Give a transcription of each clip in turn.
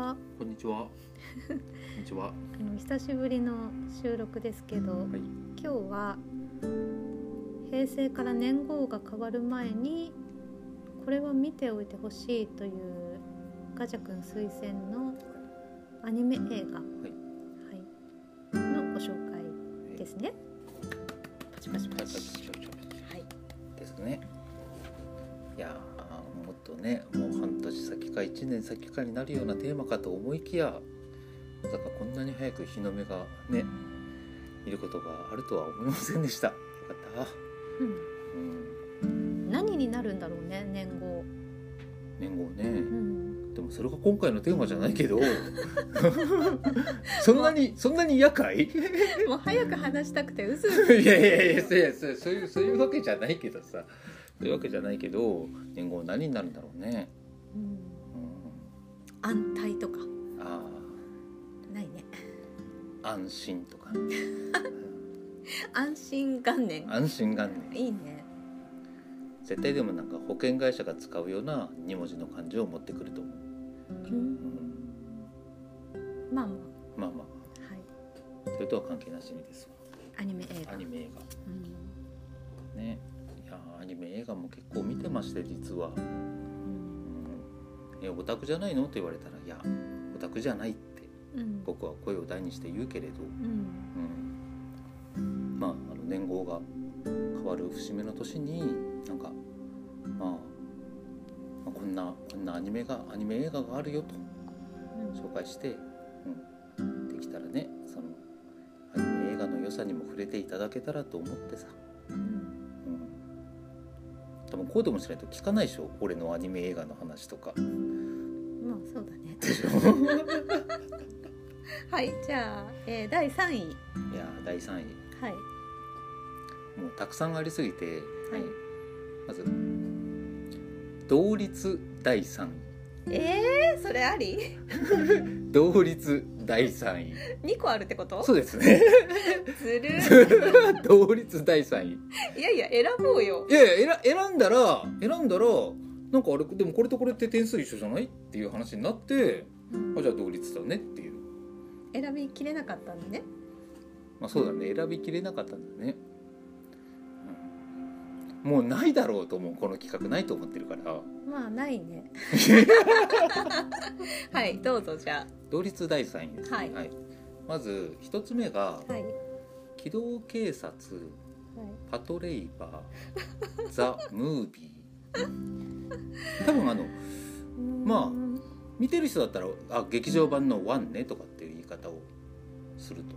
は。 こんにちは。こんにちは。 久しぶりの収録ですけど、 はい、 今日は平成から年号が変わる前にこれは見ておいてほしいというガチャくん推薦のアニメ映画、はいのご紹介ですね。パチパチパチ。はいですね。いやもっとね、もう半年先か1年先かになるようなテーマかと思いきや、まさかこんなに早く日の目がね見ることがあるとは思いませんでした。よかった。 何になるんだろうね、年号。 年号ね、でもそれが今回のテーマじゃないけどそんなに嫌かいもう早く話したくてうずいやそういうわけじゃないけどさ、そういうわけじゃないけど、年号何になるんだろうね。 安泰とかないね。 安心とか安心元年。 安心元年いいね。 絶対でもなんか保険会社が使うような2文字の漢字を持ってくると思う。 まあはい、それとは関係なしにですわ。 アニメ映画ね。いやアニメ映画も結構見てまして、実は、オタクじゃないのって言われたら、いやオタクじゃないって、僕は声を大にして言うけれど、年号が変わる節目の年になんかこんなアニメ映画があるよと紹介して、できたらね、そのアニメ映画の良さにも触れていただけたらと思ってさ、多分こうでもしないと聞かないでしょ、俺のアニメ映画の話とか。 まあそうだね。はい、じゃあ、第3位。いや第3位、 はい、 もうたくさんありすぎて、まず同率第3位。 それあり？ 同率第3位。 2個あるってこと？ そうですね。 ずる同率第3位。 いや選ぼうよ。 いや選んだらなんかあれでもこれとこれって点数一緒じゃないっていう話になって、じゃあ同率だねっていう。 選びきれなかったんだね。 そうだね、選びきれなかったんだね。もうないだろうと思う、この企画ないと思ってるから。 まあないね。はい、どうぞ。じゃあ同率第3位です、 はいまず一つ目が、機動警察、パトレイバー、ザ・ムービー。多分見てる人だったら劇場版の1ねとかっていう言い方をするの？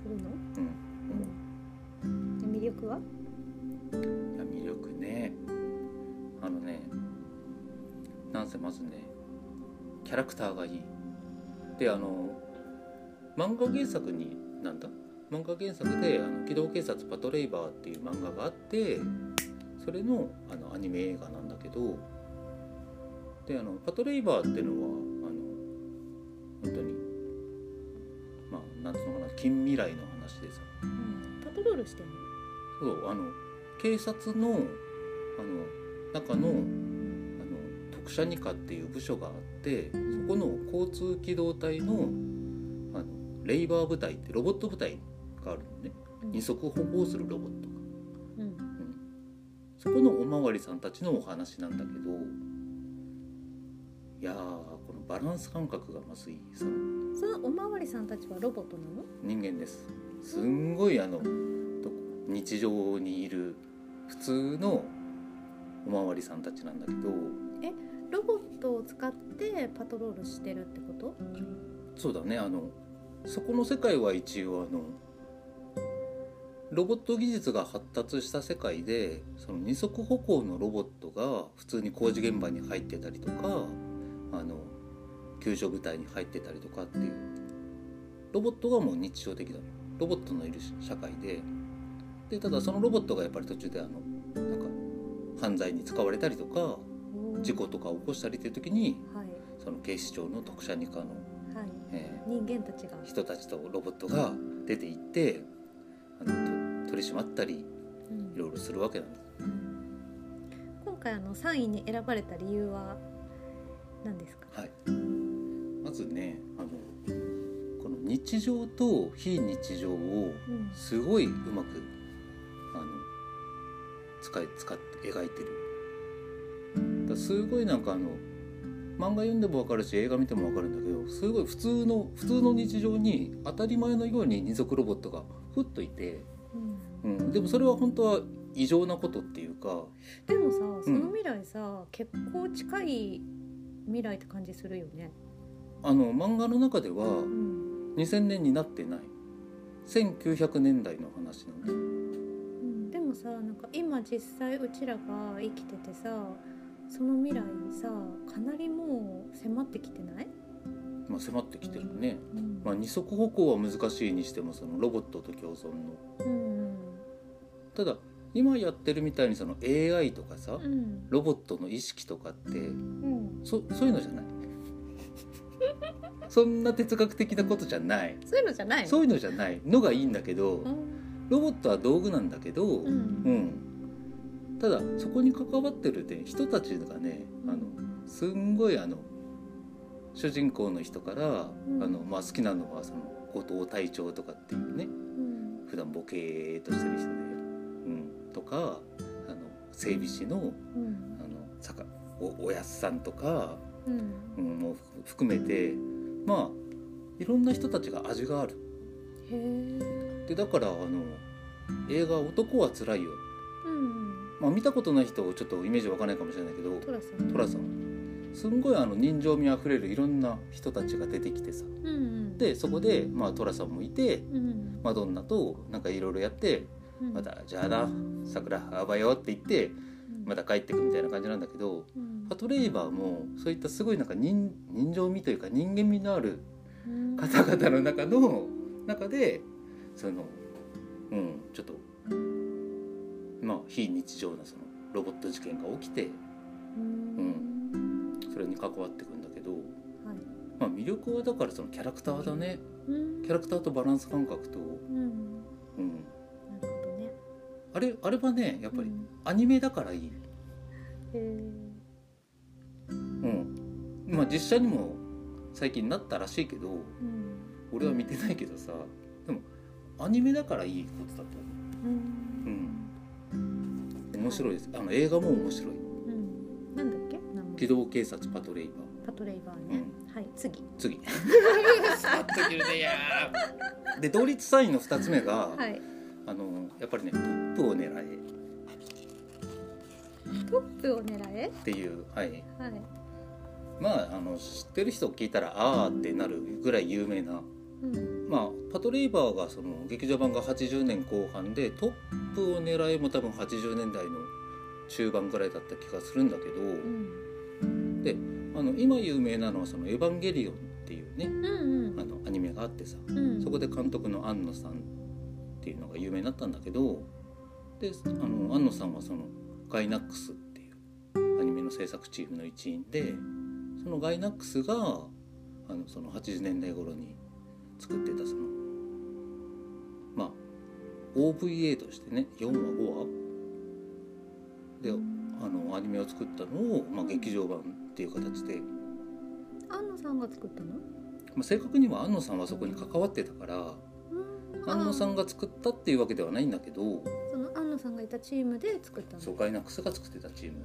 魅力は？ 魅力ね、なんせまずね、キャラクターがいい。で漫画原作で機動警察パトレイバーっていう漫画があって、それのアニメ映画なんだけど、でパトレイバーっていうのは本当になんていうのかな、近未来の話でさ、 パトロールしてるの？ そう、警察の中の特殊二課っていう部署があって、そこの交通機動隊のレイバー部隊ってロボット部隊があるのね、二足歩行するロボットが、そこのおまわりさんたちのお話なんだけど、いやこのバランス感覚がまずいい。そのおまわりさんたちはロボットなの？ 人間です。すんごい日常にいる普通のおまわりさんたちなんだけど、 ロボットを使ってパトロールしてるってこと？ そうだね。そこの世界は一応ロボット技術が発達した世界で、その二足歩行のロボットが普通に工事現場に入ってたりとか、救助部隊に入ってたりとかっていうロボットがもう日常的だ。ロボットのいる社会で、ただそのロボットがやっぱり途中でなんか犯罪に使われたりとか事故とか起こしたりという時に、その警視庁の特殊二課の、 人間たちが人たちとロボットが出て行って取り締まったりいろいろするわけなんです。 今回3位に選ばれた理由は何ですか？ まずねこの日常と非日常をすごいうまく使って描いてる。だすごいなんか漫画読んでも分かるし映画見ても分かるんだけど、すごい普通の日常に当たり前のように二足ロボットがふっといて、でもそれは本当は異常なことっていうか。 でもさその未来さ、結構近い未来って感じするよね。 漫画の中では2000年になってない1900年代の話なんで、 でもさなんか今実際うちらが生きててさ、その未来さかなりもう迫ってきてない？ 迫ってきてるね、二足歩行は難しいにしてもそのロボットと共存の、ただ今やってるみたいにその AI とかさ、ロボットの意識とかって、そういうのじゃないそんな哲学的なことじゃない。 そういうのじゃないの？ そういうのじゃないのがいいんだけど、ロボットは道具なんだけど、ただそこに関わってる、ね、人たちがねすんごい主人公の人から、好きなのはその後藤隊長とかっていうね、普段ボケーっとしてる人で、とか整備士の、おやっさんとか、もう含めていろんな人たちが味がある。でだから映画「男はつらいよ」、見たことない人ちょっとイメージわかんないかもしれないけど、寅さんすんごい人情味あふれるいろんな人たちが出てきてさ、でそこで寅さんもいて、マドンナとなんかいろいろやって、またじゃあな桜あばよって言ってまた帰ってくみたいな感じなんだけど、パトレイバーもそういったすごいなんか人情味というか人間味のある方々の中でそのちょっと非日常なそのロボット事件が起きて、それに関わっていくんだけど、魅力はだからそのキャラクターだね。キャラクターとバランス感覚と、 なるほどね。 あれはねやっぱりアニメだからいい。実写にも最近なったらしいけど、俺は見てないけどさ、でもアニメだからいいことだと思う。面白いです。映画も面白い。 なんだっけ？ 機動警察パトレイバー。 パトレイバーね。はい、次。 スパッと切るねやー。で同率3位の2つ目が、やっぱりねトップを狙え。 トップを狙えっていう、知ってる人聞いたらあーってなるぐらい有名な、パトレイバーがその劇場版が80年後半で、トップを狙えも多分80年代の中盤ぐらいだった気がするんだけど、で今有名なのはそのエヴァンゲリオンっていうね、アニメがあってさ、そこで監督の庵野さんっていうのが有名になったんだけど、で庵野さんはそのガイナックスっていうアニメの制作チームの一員で、そのガイナックスがその80年代頃に作ってたそのOVA としてね4話5話でアニメを作ったのを、劇場版っていう形で。 庵野さんが作ったの？ 正確には庵野さんはそこに関わってたから、庵野さんが作ったっていうわけではないんだけど、 その庵野さんがいたチームで作ったの？ そう、ガイナックスが作ってたチーム。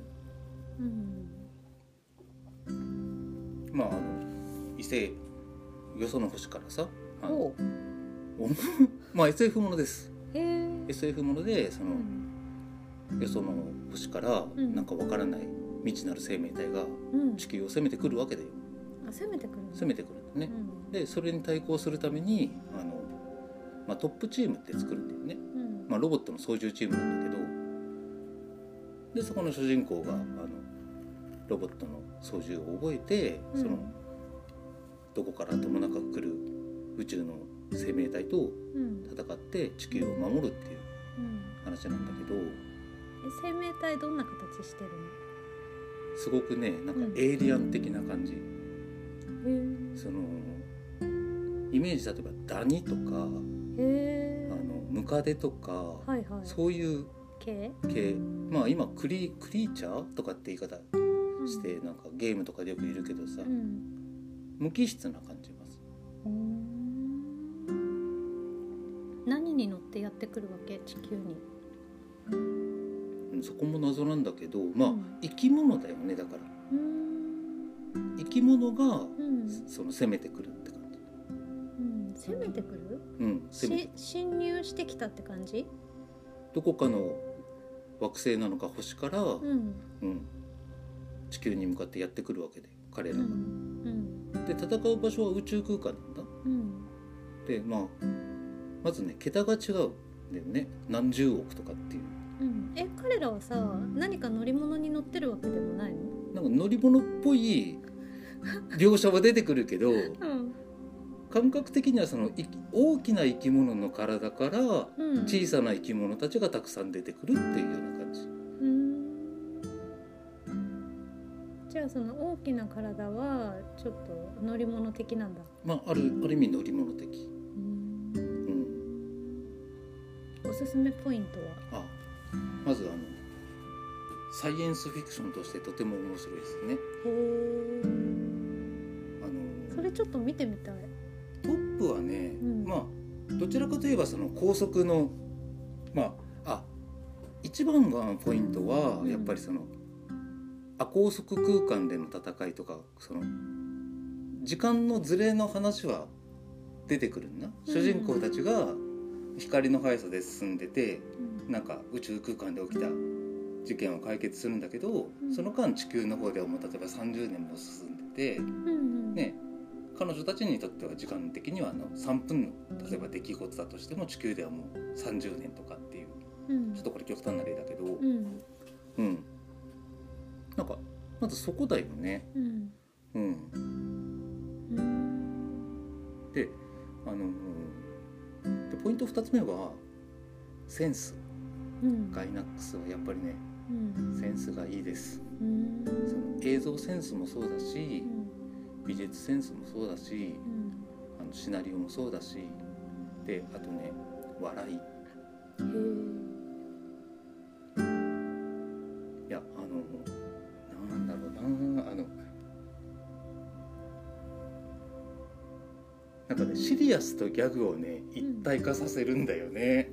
異星よその星からさ、SF ものです。SF ものでその、よその星からなんかわからない未知なる生命体が地球を攻めてくるわけだよ。 攻めてくるの？ 攻めてくるんだね。でそれに対抗するためにトップチームって作るんだよね。ロボットの操縦チームなんだけど、でそこの主人公がロボットの操縦を覚えて、そのどこからともなく来る宇宙の生命体と戦って地球を守るっていう話なんだけど、 生命体どんな形してるの？ すごくねなんかエイリアン的な感じ、そのイメージ例えばダニとかムカデとか、そういう系、今クリーチャーとかって言い方して、なんかゲームとかでよくいるけどさ、 無機質な感じます。 何に乗ってやってくるわけ、地球に。 そこも謎なんだけど、まあ、 うん、 生き物だよね。だから生き物が、その攻めてくるって感じ。 攻めてくる、侵入してきたって感じ。 どこかの惑星なのか星から、地球に向かってやってくるわけで、彼らが、で戦う場所は宇宙空間なんだ、で、まずね桁が違うんだよね。何十億とかっていう、 彼らはさ、何か乗り物に乗ってるわけでもないの？ なんか乗り物っぽい描写は出てくるけど、感覚的にはその大きな生き物の体から小さな生き物たちがたくさん出てくるっていうような感じ。 じゃあその大きな体はちょっと乗り物的なんだ。 ある意味乗り物的。 おすすめポイントは？ まずサイエンスフィクションとしてとても面白いですね。 へー。それちょっと見てみたい。 トップはね、どちらかといえばその高速の一番のポイントはやっぱりその、亜高速空間での戦いとか、その時間のズレの話は出てくるんだ。主人公たちが光の速さで進んでて、なんか宇宙空間で起きた事件を解決するんだけど、その間地球の方ではもう例えば30年も進んでて、ね、彼女たちにとっては時間的には3分の例えば出来事だとしても地球ではもう30年とかっていう、ちょっとこれ極端な例だけど、なんかまずそこだよね。でポイント2つ目はセンス。ガイナックスはやっぱりね、センスがいいです。その映像センスもそうだし、美術センスもそうだし、シナリオもそうだし、であとね、笑い。いやなんだろうな、なんかね、シリアスとギャグをね一体化させるんだよね。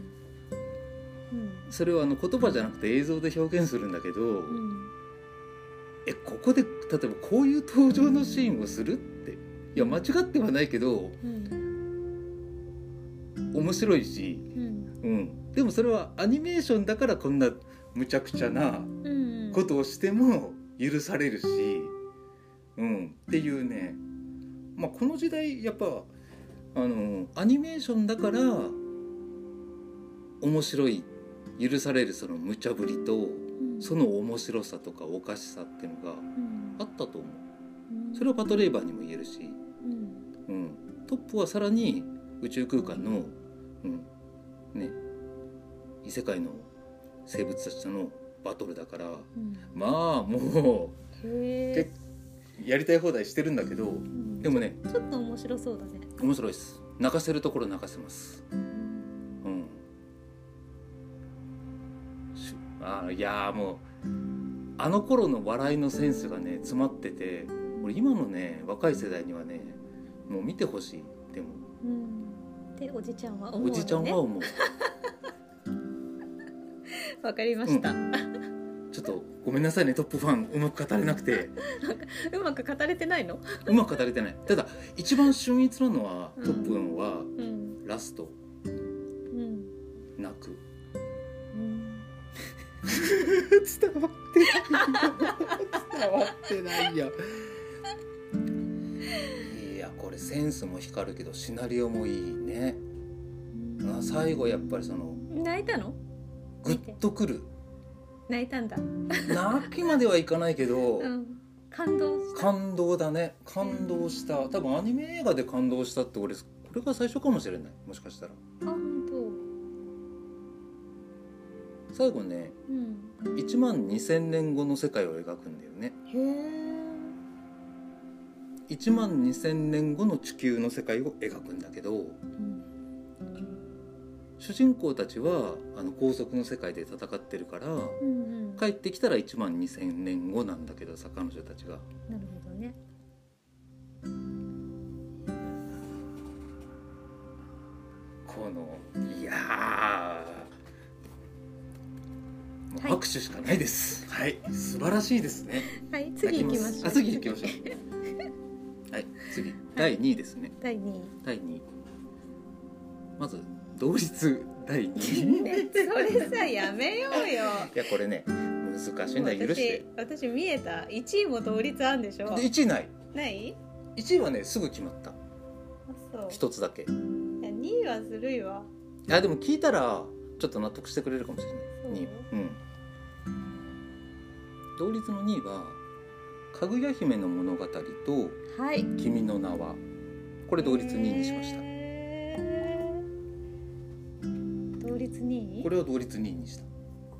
それを言葉じゃなくて映像で表現するんだけど、ここで例えばこういう登場のシーンをするって、いや間違ってはないけど、面白いし、でもそれはアニメーションだからこんなむちゃくちゃなことをしても許されるし、っていうね、この時代やっぱアニメーションだから面白い、許されるその無茶ぶりと、その面白さとかおかしさっていうのがあったと思う。それはパトレイバーにも言えるし、トップはさらに宇宙空間の、異世界の生物たちとのバトルだから、もうやりたい放題してるんだけど、でもね、 ちょっと面白そうだね。 面白いです。泣かせるところ泣かせます。いやもうあの頃の笑いのセンスがね詰まってて、俺今のね若い世代にはねもう見てほしい。でも、 でおじちゃんは思う、ね、 おじちゃんは思う。 わかりました、 ちょっとごめんなさいね、トップファンうまく語れなくて。 うまく語れてないの？ うまく語れてない。ただ一番秀逸なのは、トップンは、ラスト、泣く。伝わってないよ。いやこれセンスも光るけどシナリオもいいね。最後やっぱりその泣いたの？ グッとくる。 泣いたんだ。 泣きまではいかないけど、 感動した。 感動だね。感動した。多分アニメ映画で感動したって俺これが最初かもしれない。もしかしたら。 本当。 最後ね、1万2000年後の世界を描くんだよね。 へー。 1万2000年後の地球の世界を描くんだけど、主人公たちは高速の世界で戦ってるから、帰ってきたら1万2000年後なんだけどさ、彼女たちが。 なるほどね。 このいやもう拍手しかないです。はい、素晴らしいですね。 はい、次行きましょう。 次行きましょう。はい、次、第2位ですね。 第2 位。まず同率第2位。 ね、それさやめようよ。 いやこれね難しいんだ、許して。 私見えた。1位も同率あるんでしょ。 で1位ない。 ない？ 1位はねすぐ決まった。 そう。 一つだけ。いや2位はずるいわ。 いやでも聞いたらちょっと納得してくれるかもしれない。2位は。同率の2位はかぐや姫の物語と、 はい、 君の名は。これ同率2位にしました。 同率2位？ これを同率2位にした。 あ、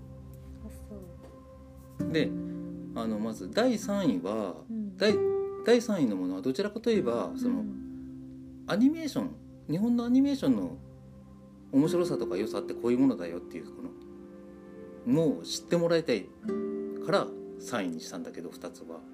そう。 でまず第3位は、第3位のものはどちらかといえばその、アニメーション、日本のアニメーションの面白さとか良さってこういうものだよっていうこのもう知ってもらいたいから3位にしたんだけど、2つは、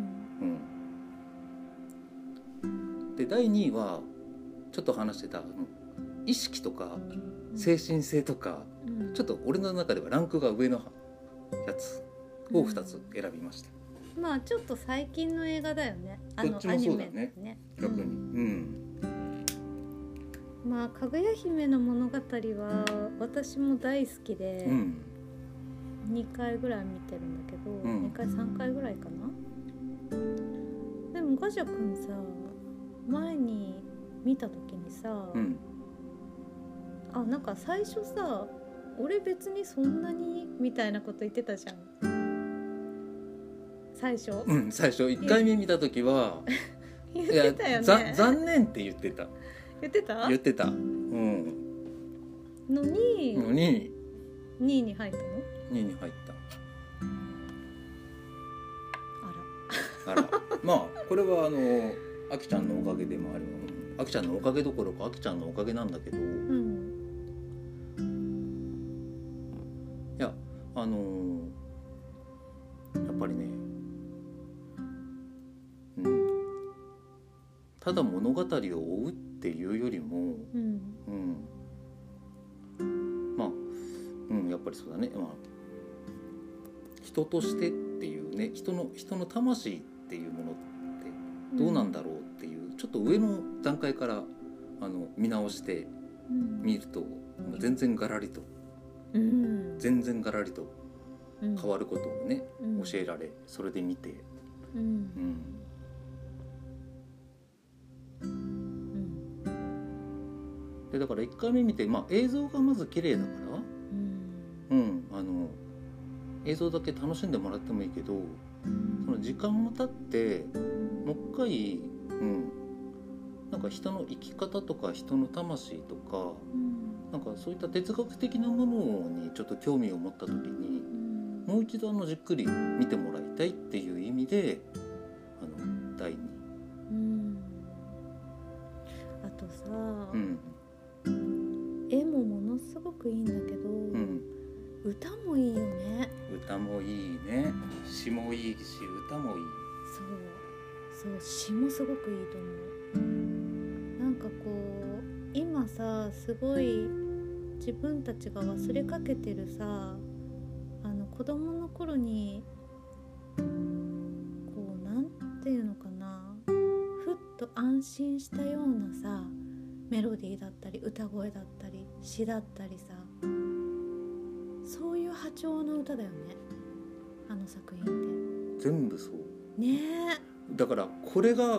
で第2位はちょっと話してた意識とか精神性とか、ちょっと俺の中ではランクが上のやつを2つ選びました。 まあちょっと最近の映画だよね。 どっちもそうだね。逆に。 まあかぐや姫の物語は私も大好きで、2回ぐらい見てるんだけど、2回3回ぐらいかな。でもガジャ君さ、前に見た時にさ、なんか最初さ、俺別にそんなにみたいなこと言ってたじゃん。最初1回目見た時は言ってたよね。 残念って言ってた。言ってた。 のに2位に入ったの ？2位に入った。 あらまあこれはあきちゃんのおかげでもある。あきちゃんのおかげどころかあきちゃんのおかげなんだけど、いややっぱりね、ただ物語を追うっていうよりも、まあ、やっぱりそうだね、人としてっていうね、人の魂っていうものってどうなんだろうっていう、ちょっと上の段階から見直して見ると、全然ガラリと、変わることをね、教えられ、それで見て、でだから1回目見て、映像がまず綺麗だから、映像だけ楽しんでもらってもいいけど、その時間が経ってもう一回、なんか人の生き方とか人の魂とか、なんかそういった哲学的なものにちょっと興味を持った時に、もう一度じっくり見てもらいたいっていう意味で第2位。 あとさ、絵もものすごくいいんだけど、歌もいいよね。 歌もいいね。詩もいいし歌もいい。 そう詩もすごくいいと思う。なんかこう今さ、すごい自分たちが忘れかけてるさ、子供の頃にこうなんていうのかな、ふっと安心したようなさ、メロディーだったり歌声だったり詩だったりさ、そういう波長の歌だよね、あの作品って。 全部そうねえ。だからこれが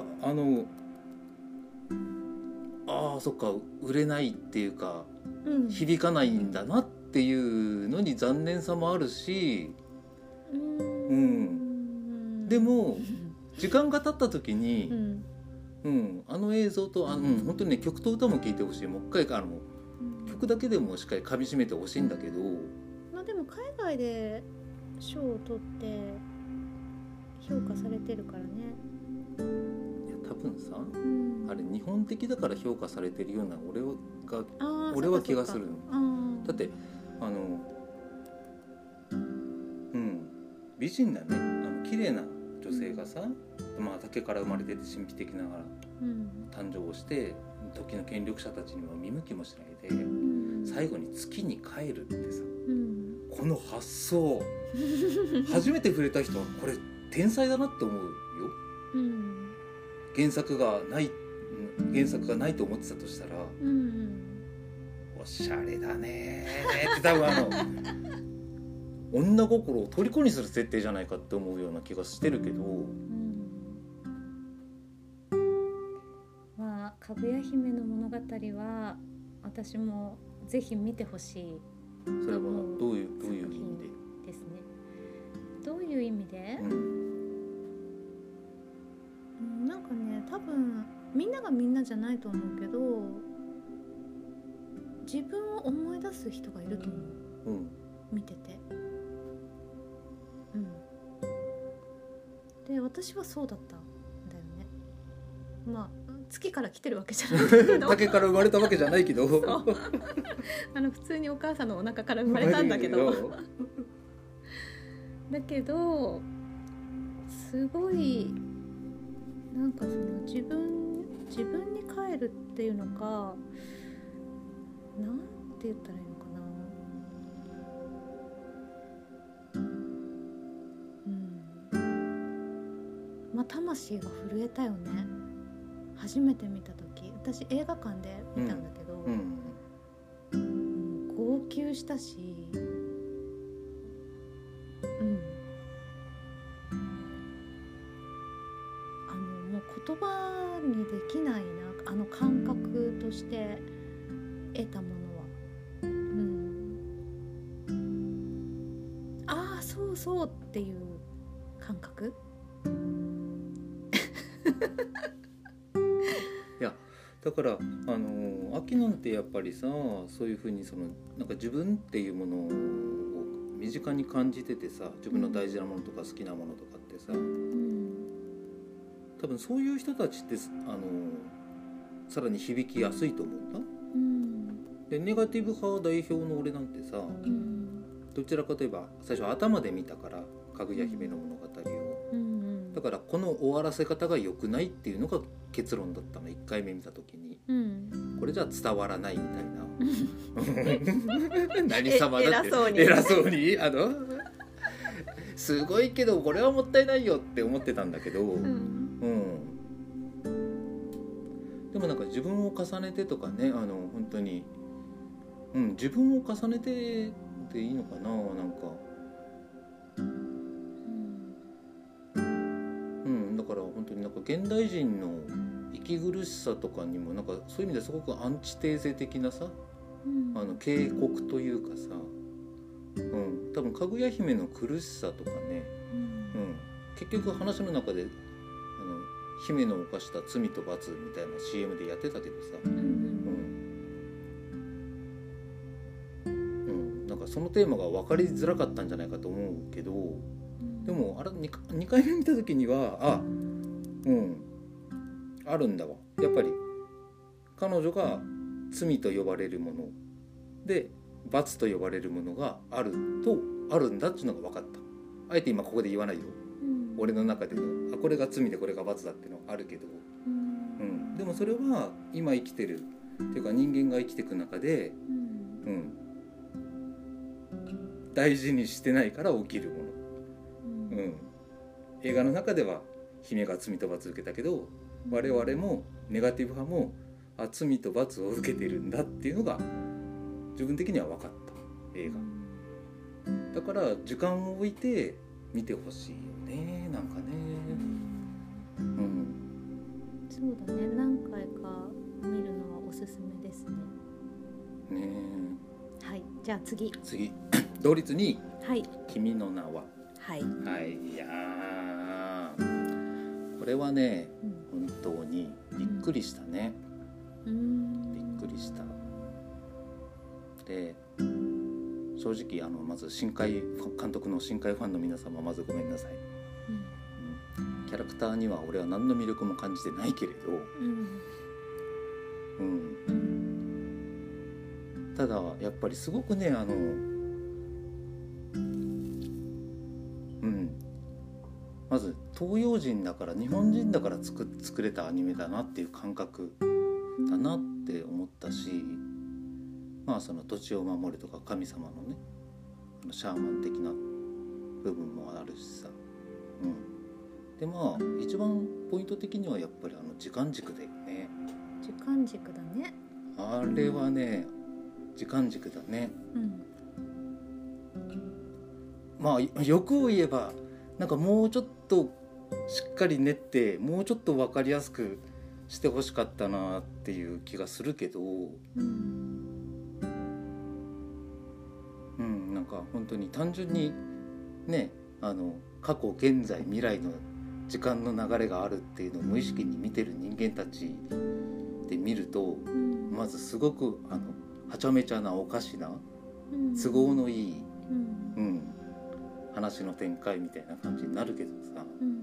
そっか、売れないっていうか、響かないんだなっていうのに残念さもあるし、でも時間が経った時に、あの映像と本当にね、曲と歌も聴いてほしい。もう一回曲だけでもしっかり噛み締めてほしいんだけど、 でも海外で賞を取って評価されてるからね。 いや多分さ、あれ日本的だから評価されてるような俺は気がするの。だって美人なね、綺麗な女性がさ、竹から生まれてて神秘的ながら誕生をして、 時の権力者たちにも見向きもしないで、 うん最後に月に帰るってさ、 うんこの発想初めて触れた人はこれ天才だなって思うよ。 うん原作がないと思ってたとしたら、 うんおしゃれだねって多分女心を虜にする設定じゃないかって思うような気がしてるけど、 まあかぐや姫の物語は私もぜひ見てほしいそれはどういう意味でですね。どういう意味で、なんかね多分みんながみんなじゃないと思うけど自分を思い出す人がいると思う、見てて、で私はそうだったんだよね。まあ月から来てるわけじゃないけど竹から生まれたわけじゃないけどそう普通にお母さんのお腹から生まれたんだけどだけどすごいなんかその自分に帰るっていうのかなんて言ったらいいのかな、まあ魂が震えたよね。初めて見た時私映画館で見たんだけど、号泣したし、もう言葉にできないな感覚として得たものは、ああそうそうっていう感覚いやだから秋なんてやっぱりさそういう風になんか自分っていうものを身近に感じててさ自分の大事なものとか好きなものとかってさ、多分そういう人たちってさらに響きやすいと思うんだ、でネガティブ派代表の俺なんてさ、どちらかといえば最初頭で見たからかぐや姫の物語を、だからこの終わらせ方が良くないっていうのが結論だったの1回目見た時に、これじゃ伝わらないみたいな何様だって偉そうにすごいけどこれはもったいないよって思ってたんだけど、でもなんか自分を重ねてとかね本当に、自分を重ねてでいいのかな、なんかだから本当になんか現代人の息苦しさとかにもなんかそういう意味ですごくアンチテーゼ的なさ、警告というかさ、多分かぐや姫の苦しさとかね、結局話の中で姫の犯した罪と罰みたいな CM でやってたけどさ、なんかそのテーマが分かりづらかったんじゃないかと思うけど、でも2回目見た時にはあるんだわ。やっぱり彼女が罪と呼ばれるもので罰と呼ばれるものがあるんだっていうのが分かった。あえて今ここで言わないよ、俺の中でのこれが罪でこれが罰だっていうのはあるけど、でもそれは今生きてるっていうか人間が生きていく中で、大事にしてないから起きるもの、映画の中では姫が罪と罰を受けたけど我々もネガティブ派も罪と罰を受けてるんだっていうのが自分的には分かった映画だから時間を置いて見てほしいよね、なんかね。 そうだね、何回か見るのはおすすめですね。はい、じゃあ次同率2位、君の名は。 はい、 いやこれはね、本当にびっくりしたね、びっくりした。で正直まず監督の新海ファンの皆様まずごめんなさい、キャラクターには俺は何の魅力も感じてないけれど、ただやっぱりすごくねまず東洋人だから日本人だから作れたアニメだなっていう感覚だなって思ったし、まあその土地を守るとか神様のねシャーマン的な部分もあるしさ、でまあ一番ポイント的にはやっぱり時間軸だよね。 時間軸だね。 あれはね時間軸だね。まあ欲を言えばなんかもうちょっとしっかり練ってもうちょっと分かりやすくしてほしかったなっていう気がするけど、なんか本当に単純にね過去現在未来の時間の流れがあるっていうのを無意識に見てる人間たちで見ると、まずすごくはちゃめちゃなおかしな、都合のいい、話の展開みたいな感じになるけどさ、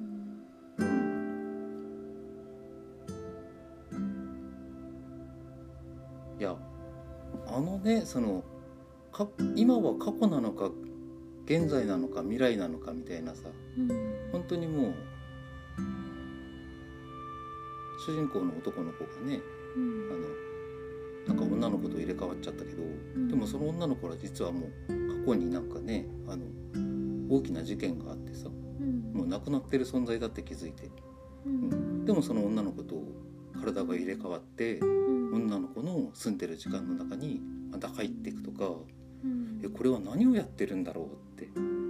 いやねその今は過去なのか現在なのか未来なのかみたいなさ、本当にもう主人公の男の子がね、なんか女の子と入れ替わっちゃったけど、でもその女の子は実はもう過去になんかね大きな事件があってさ、もう亡くなってる存在だって気づいて、でもその女の子と体が入れ替わって、女の子の住んでる時間の中にまた入っていくとか、これは何をやってるんだろうって、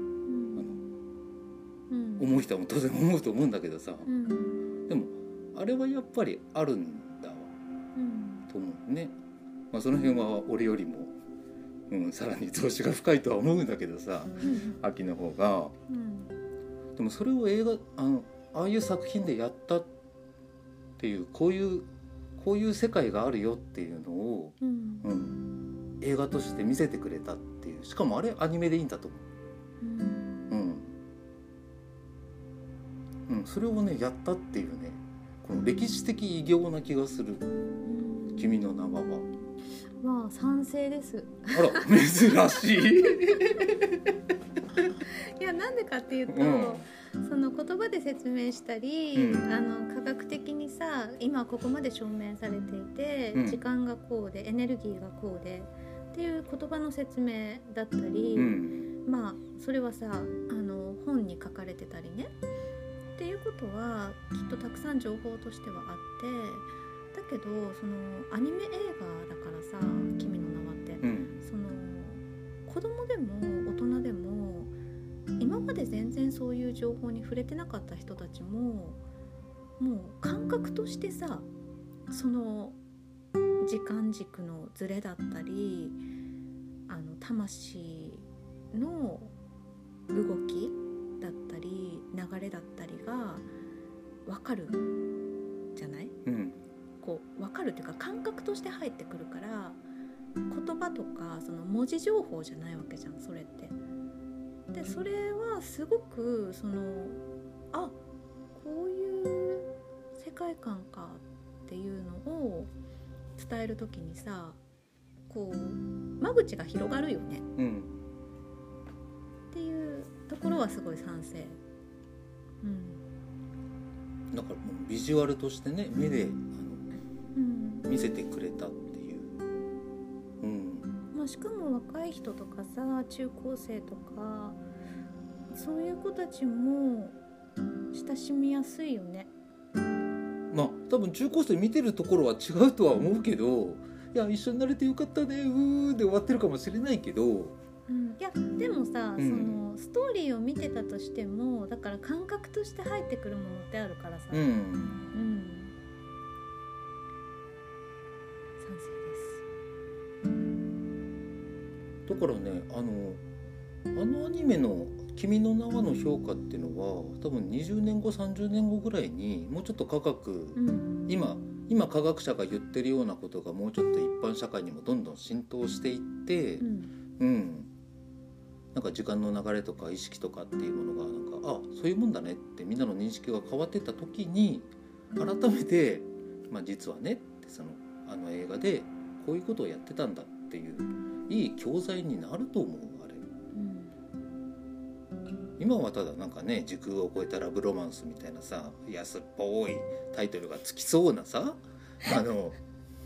思う人も当然思うと思うんだけどさ、でもあれはやっぱりあるんだわ、と思うね。まあ、その辺は俺よりも、さらに投資が深いとは思うんだけどさ、秋の方が、でもそれを映画ああいう作品でやったっていうこういう世界があるよっていうのを、映画として見せてくれたっていう、しかもあれアニメでいいんだと思う。それをねやったっていうね、この歴史的偉業な気がする。君の名は。 まあ賛成です。 あら珍しい。 いやなんでかっていうと、その言葉で説明したり、科学的にさ今ここまで証明されていて、時間がこうでエネルギーがこうでっていう言葉の説明だったり、まあそれはさ本に書かれてたりねっていうことはきっとたくさん情報としてはあって、だけどそのアニメ映画だからさ「君の名は」って、その子供でも大人でも今まで全然そういう情報に触れてなかった人たちももう感覚としてさ、その時間軸のズレだったり魂の動きだったり流れだったりが分かるじゃない、こう分かるっていうか感覚として入ってくるから、言葉とかその文字情報じゃないわけじゃんそれって。でそれはすごくそのこういう世界観かっていうのを伝えるときにさ、こう間口が広がるよね、っていうところはすごい賛成。 だからもうビジュアルとしてね目で見せてくれたっていう、 しかも若い人とかさ中高生とかそういう子たちも親しみやすいよね。 まあ多分中高生見てるところは違うとは思うけど、いや一緒になれてよかったねで終わってるかもしれないけど、 いやでもさ、そのストーリーを見てたとしてもだから感覚として入ってくるものってあるからさ、賛成です。だからねアニメの君の名はの評価っていうのは多分20年後30年後ぐらいにもうちょっと科学、今科学者が言ってるようなことがもうちょっと一般社会にもどんどん浸透していって、なんか時間の流れとか意識とかっていうものがなんかそういうもんだねってみんなの認識が変わってった時に改めて、実はねってその映画でこういうことをやってたんだっていういい教材になると思う。今はただなんかね時空を超えたラブロマンスみたいなさ安っぽいタイトルがつきそうなさ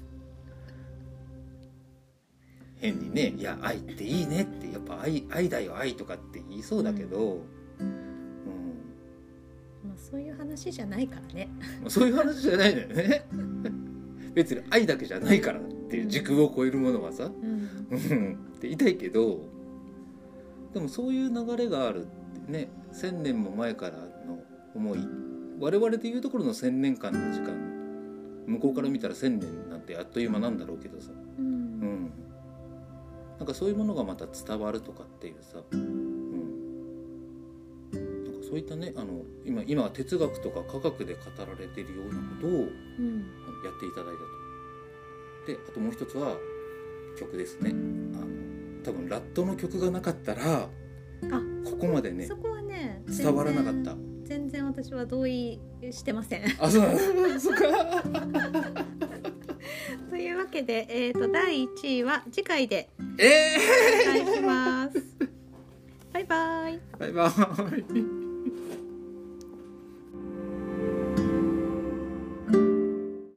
変にね、いや愛っていいねってやっぱ愛だよ愛とかって言いそうだけど、 まあ、そういう話じゃないからね。 そういう話じゃないんだよね別に愛だけじゃないからっていう時空を超えるものはさ、って言いたいけど、でもそういう流れがあるってね、1000年も前からの思い、我々でいうところの1000年間の時間、向こうから見たら1000年なんてあっという間なんだろうけどさ、なんかそういうものがまた伝わるとかっていうさ、なんかそういったね、今は哲学とか科学で語られているようなことをやっていただいたと。で、あともう一つは曲ですね。多分ラットの曲がなかったらここまでね、 そこはね伝わらなかった。 全然私は同意してません。 あ、そうなんだ。そっかというわけで、第1位は次回でお願いします。バイバイ。 バイバイ。